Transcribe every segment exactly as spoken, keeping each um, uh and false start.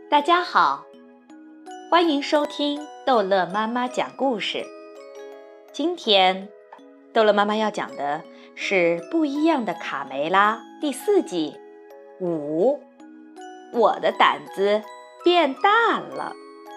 大家好，欢迎收听逗乐妈妈讲故事。今天逗乐妈妈要讲的是不一样的卡梅拉第四季五，我的胆子变大了。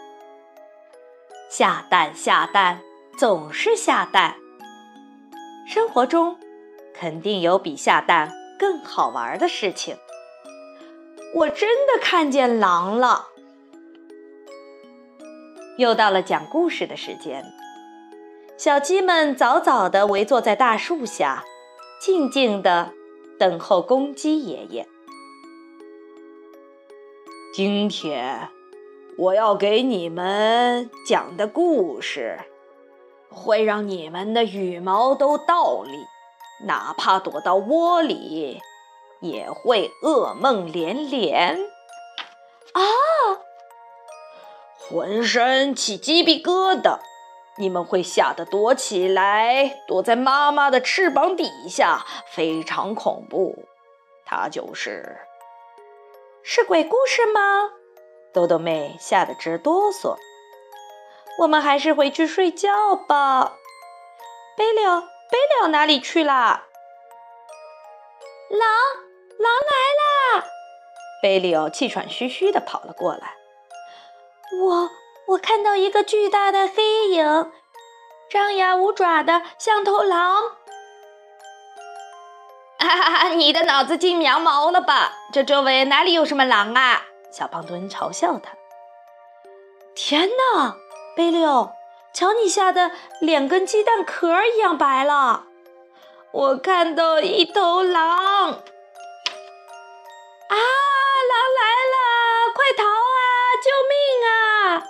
下蛋下蛋总是下蛋，生活中肯定有比下蛋更好玩的事情。我真的看见狼了。又到了讲故事的时间，小鸡们早早地围坐在大树下，静静地等候公鸡爷爷。 今天我要给你们讲的故事，会让你们的羽毛都倒立，哪怕躲到窝里也会噩梦连连啊！ 浑身起鸡皮疙瘩，你们会吓得躲起来，躲在妈妈的翅膀底下，非常恐怖。它就是是鬼故事吗？豆豆妹吓得直哆嗦。我们还是回去睡觉吧。贝柳，贝柳哪里去啦？狼，狼来啦！贝柳气喘吁吁地跑了过来。我，我看到一个巨大的黑影，张牙舞爪的像头狼。哈哈哈，你的脑子进羊毛了吧？这周围哪里有什么狼啊？小胖墩嘲笑他。天哪，贝柳，瞧你吓得脸跟鸡蛋壳一样白了。我看到一头狼。啊，狼来了，快逃啊，救命啊！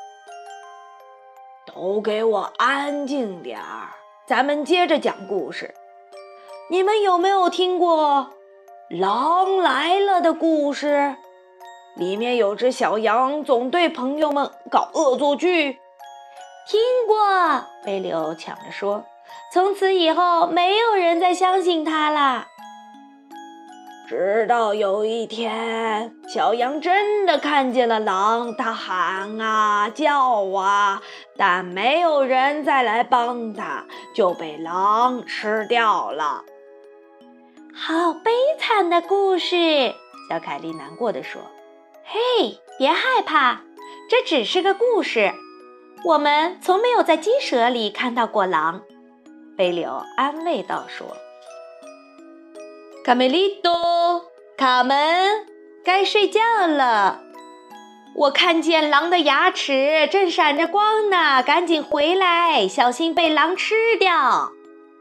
都给我安静点儿，咱们接着讲故事。你们有没有听过狼来了的故事？里面有只小羊总对朋友们搞恶作剧。 听过，贝柳抢着说，从此以后没有人再相信他啦。 直到有一天，小羊真的看见了狼，它喊啊叫啊，但没有人再来帮它，就被狼吃掉了。 好悲惨的故事，小凯莉难过地说。嘿，别害怕，这只是个故事，我们从没有在鸡舍里看到过狼。贝柳安慰道说。卡梅利多，卡门，该睡觉了。我看见狼的牙齿正闪着光呢，赶紧回来，小心被狼吃掉。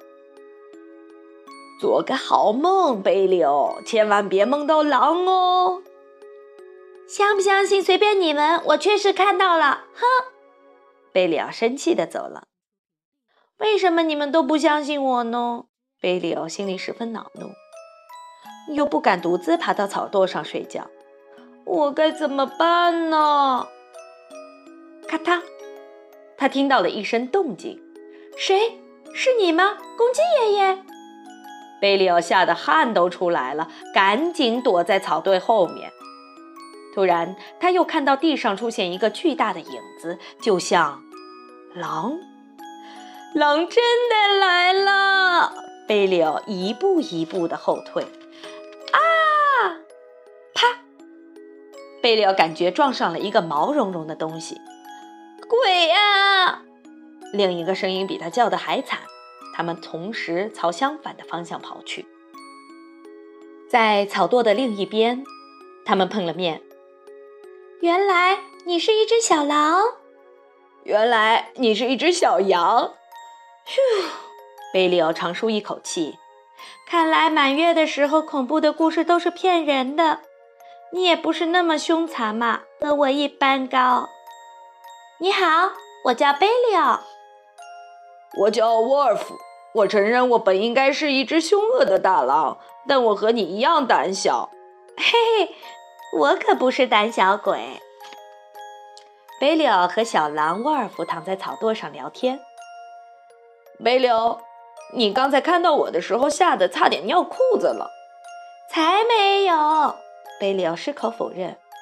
做个好梦，贝柳，千万别梦到狼哦。 相不相信随便你们，我确实看到了，哼！贝柳生气地走了。为什么你们都不相信我呢？贝柳心里十分恼怒，又不敢独自爬到草垛上睡觉，我该怎么办呢？咔嗒，他听到了一声动静。谁？是你吗，公鸡爷爷？贝柳吓得汗都出来了，赶紧躲在草堆后面。突然，他又看到地上出现一个巨大的影子，就像狼。狼真的来了！贝柳一步一步地后退。啊！啪！贝柳感觉撞上了一个毛茸茸的东西。鬼啊！另一个声音比他叫得还惨。他们同时朝相反的方向跑去。在草垛的另一边，他们碰了面。原来你是一只小狼。 原来你是一只小羊。 咻！贝柳长舒一口气。看来满月的时候恐怖的故事都是骗人的。你也不是那么凶残嘛，和我一般高。你好，我叫贝柳。 我叫沃尔夫。我承认我本应该是一只凶恶的大狼，但我和你一样胆小。 嘿嘿，我可不是胆小鬼。贝柳和小狼沃尔夫躺在草垛上聊天。 贝柳，你刚才看到我的时候吓得差点尿裤子了。 才没有，贝柳矢口否认。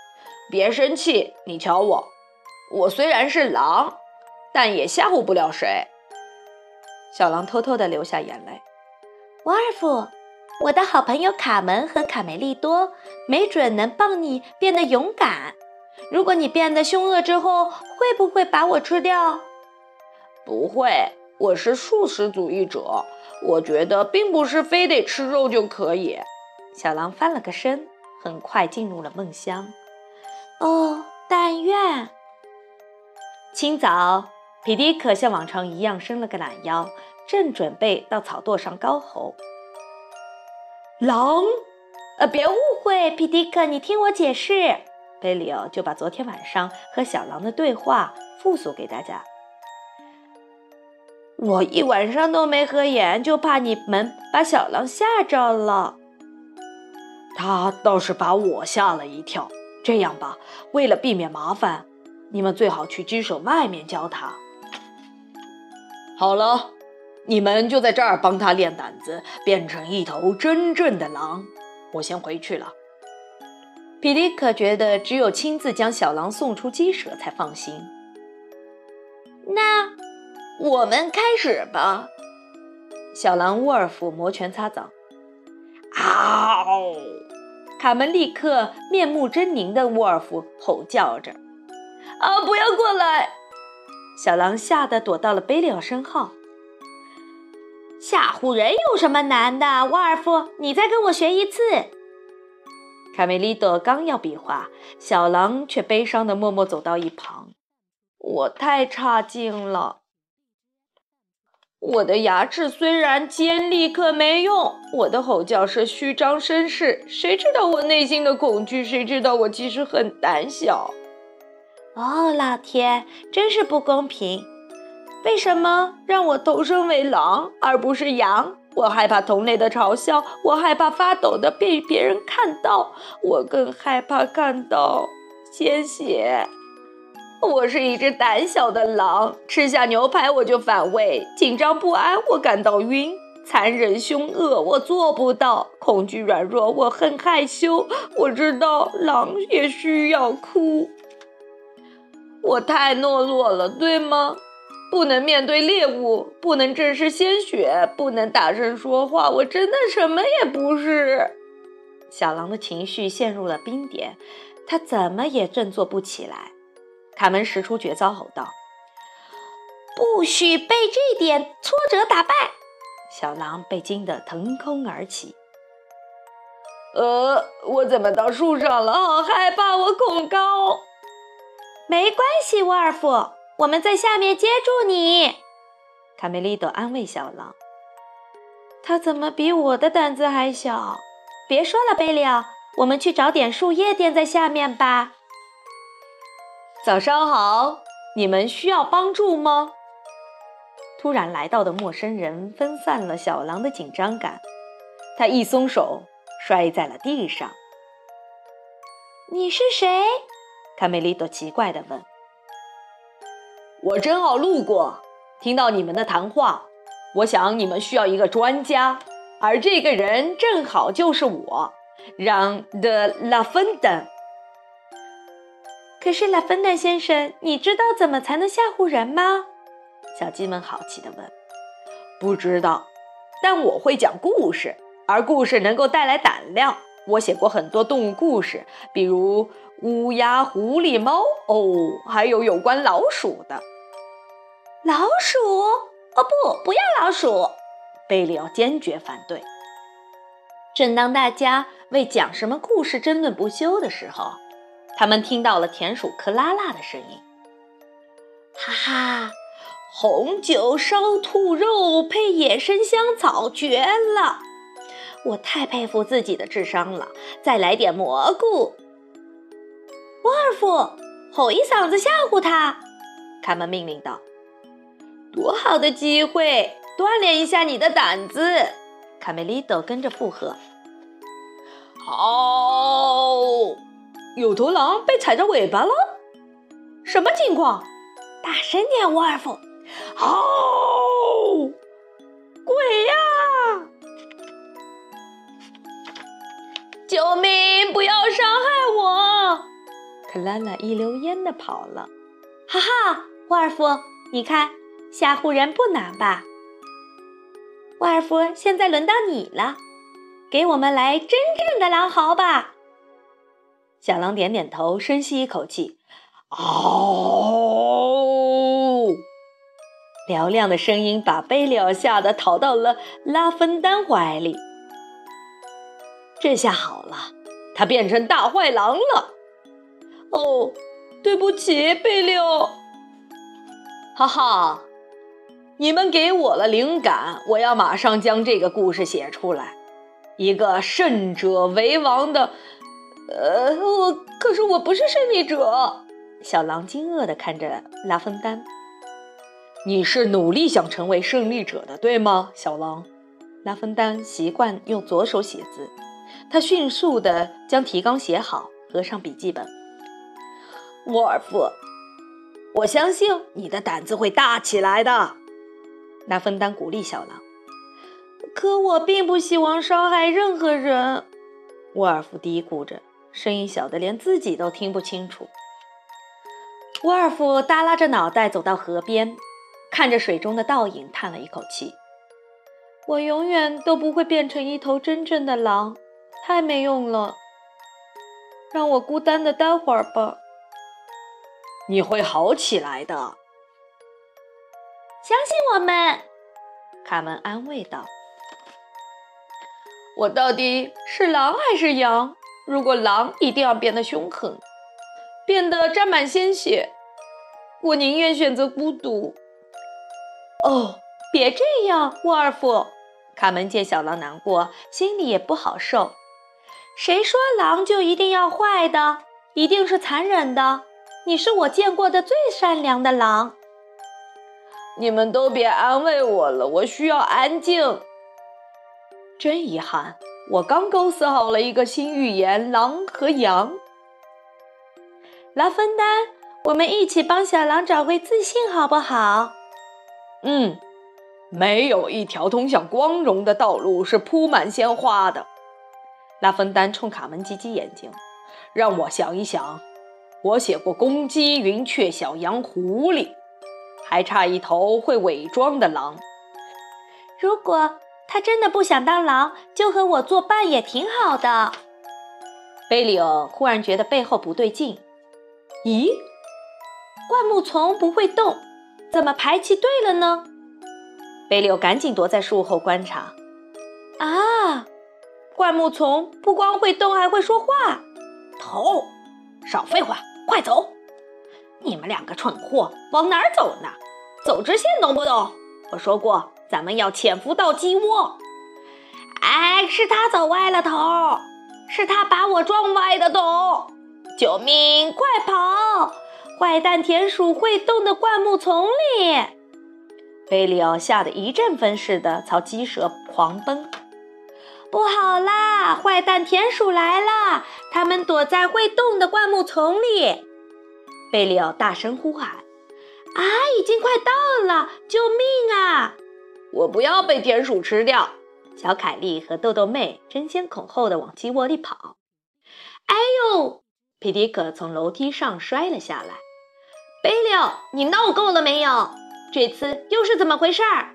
别生气，你瞧我，我虽然是狼，但也吓唬不了谁。 小狼偷偷地流下眼泪。沃尔夫，我的好朋友卡门和卡梅利多没准能帮你变得勇敢。如果你变得凶恶之后，会不会把我吃掉？ 不会，我是素食主义者，我觉得并不是非得吃肉就可以。 小狼翻了个身，很快进入了梦乡。哦，但愿。清早，皮迪克像往常一样伸了个懒腰，正准备到草垛上高吼。 狼！ 呃，别误会，皮迪克，你听我解释。贝里奥就把昨天晚上和小狼的对话复述给大家。我一晚上都没合眼，就怕你们把小狼吓着了。 他倒是把我吓了一跳。这样吧，为了避免麻烦，你们最好去鸡舍外面教他。好了，你们就在这儿帮他练胆子，变成一头真正的狼。我先回去了。 皮迪克觉得只有亲自将小狼送出鸡舍才放心。那我们开始吧。小狼沃尔夫摩拳擦掌。 嗷！ 卡门立刻面目狰狞的沃尔夫吼叫着：“啊，不要过来！”小狼吓得躲到了贝里奥身后。吓唬人有什么难的？沃尔夫，你再跟我学一次。卡梅利多刚要比划，小狼却悲伤地默默走到一旁。我太差劲了。我的牙齿虽然尖利，可没用。我的吼叫是虚张声势，谁知道我内心的恐惧？谁知道我其实很胆小？哦，老天，真是不公平！为什么让我投生为狼而不是羊？我害怕同类的嘲笑，我害怕发抖的被别人看到，我更害怕看到鲜血。我是一只胆小的狼，吃下牛排我就反胃，紧张不安我感到晕，残忍凶恶我做不到，恐惧软弱我很害羞。我知道狼也需要哭。我太懦弱了，对吗？不能面对猎物，不能正视鲜血，不能大声说话，我真的什么也不是。小狼的情绪陷入了冰点，他怎么也振作不起来。卡门使出绝招吼道：“不许被这点挫折打败！”小狼被惊得腾空而起。呃，我怎么到树上了？好害怕，我恐高。没关系，沃尔夫，我们在下面接住你。卡梅利多安慰小狼。他怎么比我的胆子还小？别说了，贝利奥，我们去找点树叶垫在下面吧。早上好，你们需要帮助吗？突然来到的陌生人分散了小狼的紧张感，他一松手，摔在了地上。你是谁？卡梅利多奇怪地问。我正好路过，听到你们的谈话，我想你们需要一个专家，而这个人正好就是我，让德拉芬登。可是拉芬登先生，你知道怎么才能吓唬人吗？小鸡们好奇地问。不知道，但我会讲故事，而故事能够带来胆量。我写过很多动物故事，比如乌鸦、狐狸、猫，哦，还有有关老鼠的。老鼠？哦不，不要老鼠！贝里奥坚决反对。正当大家为讲什么故事争论不休的时候，他们听到了田鼠克拉拉的声音。哈哈，红酒烧兔肉配野生香草，绝了！我太佩服自己的智商了，再来点蘑菇。沃尔夫，吼一嗓子吓唬他，卡门命令道。多好的机会，锻炼一下你的胆子。卡梅利多跟着附和。好，有头狼被踩着尾巴了，什么情况？大声点，沃尔夫。好，鬼呀！救命！不要伤害我！ 克拉拉一溜烟地跑了。哈哈，沃尔夫，你看，吓唬人不难吧？沃尔夫，现在轮到你了，给我们来真正的狼嚎吧。小狼点点头，深吸一口气，嗷！嘹亮的声音把贝利奥吓得逃到了拉芬丹怀里。这下好了，他变成大坏狼了。哦，对不起，贝利奥。哈哈，你们给我了灵感，我要马上将这个故事写出来。一个胜者为王的，呃，我可是我不是胜利者。小狼惊愕地看着拉芬丹。你是努力想成为胜利者的，对吗，小狼？拉芬丹习惯用左手写字，他迅速地将提纲写好，合上笔记本。沃尔夫，我相信你的胆子会大起来的。拉芬丹鼓励小狼。可我并不希望伤害任何人，沃尔夫嘀咕着，声音小得连自己都听不清楚。沃尔夫耷拉着脑袋走到河边，看着水中的倒影，叹了一口气。我永远都不会变成一头真正的狼，太没用了。让我孤单的待会儿吧。你会好起来的，相信我们，卡门安慰道。我到底是狼还是羊？如果狼，一定要变得凶狠，变得沾满鲜血。我宁愿选择孤独。哦，别这样，沃尔夫。卡门见小狼难过，心里也不好受。谁说狼就一定要坏的，一定是残忍的？你是我见过的最善良的狼。你们都别安慰我了，我需要安静。真遗憾，我刚构思好了一个新寓言，狼和羊。拉芬丹，我们一起帮小狼找回自信好不好？嗯，没有一条通向光荣的道路是铺满鲜花的。拉芬丹冲卡门挤挤眼睛，让我想一想，我写过公鸡、云雀、小羊、狐狸，还差一头会伪装的狼。如果他真的不想当狼，就和我作伴也挺好的。贝里奥忽然觉得背后不对劲。咦，灌木丛不会动，怎么排气对了呢？贝里奥赶紧躲在树后观察。啊，灌木丛不光会动，还会说话。头，少废话，快走！你们两个蠢货，往哪儿走呢？走直线懂不懂？我说过，咱们要潜伏到鸡窝。哎，是他走歪了头，是他把我撞歪的头。救命，快跑！坏蛋田鼠会动的灌木丛里。贝里奥吓得一阵风似的朝鸡舍狂奔。不好啦，坏蛋田鼠来了，他们躲在会动的灌木丛里。贝里奥大声呼喊。啊，已经快到了，救命啊！我不要被田鼠吃掉。小凯莉和豆豆妹争先恐后地往鸡窝里跑。哎呦！皮迪克从楼梯上摔了下来。贝利奥，你闹够了没有？这次又是怎么回事儿？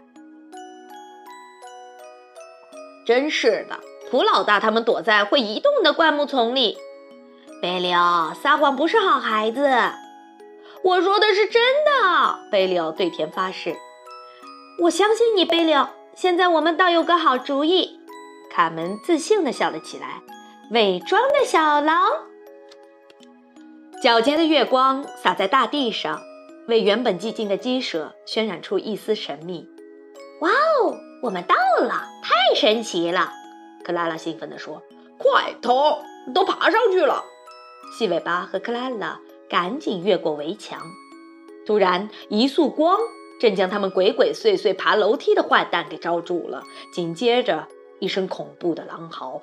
真是的，普老大他们躲在会移动的灌木丛里。贝利奥，撒谎不是好孩子。我说的是真的，贝利奥对田发誓。我相信你，贝利奥。现在我们倒有个好主意。卡门自信地笑了起来。伪装的小狼。皎洁的月光洒在大地上，为原本寂静的鸡舍渲染出一丝神秘。哇哦，我们到了，太神奇了！克拉拉兴奋地说。快头，都爬上去了！细尾巴和克拉拉赶紧越过围墙。突然，一束光正将他们鬼鬼祟祟爬楼梯的坏蛋给招住了。紧接着，一声恐怖的狼嚎，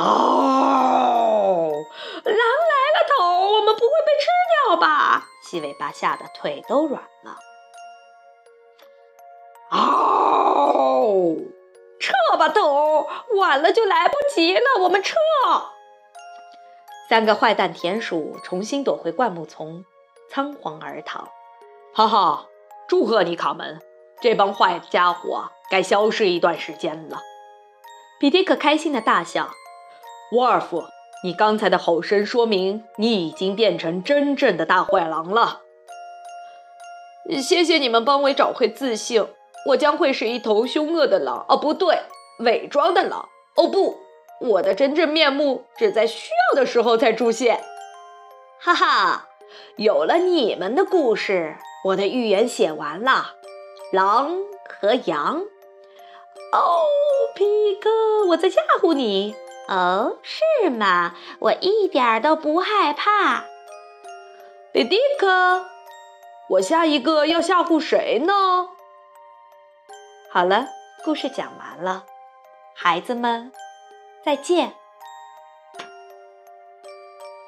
嗷！狼来了头，我们不会被吃掉吧？细尾巴吓得腿都软了。嗷！撤吧头，晚了就来不及了，我们撤！ 三个坏蛋田鼠重新躲回灌木丛，仓皇而逃。 哈哈，祝贺你，卡门，这帮坏家伙该消失一段时间了。 比迪克开心地大笑。 沃尔夫，你刚才的吼声说明你已经变成真正的大坏狼了。谢谢你们帮我找回自信，我将会是一头凶恶的狼。哦，不对，伪装的狼。哦不，我的真正面目只在需要的时候才出现。哈哈，有了你们的故事，我的寓言写完了。狼和羊。 哦，皮克，我在吓唬你。哦，是吗？我一点都不害怕。 比迪克，我下一个要吓唬谁呢？ 好了，故事讲完了，孩子们，再见。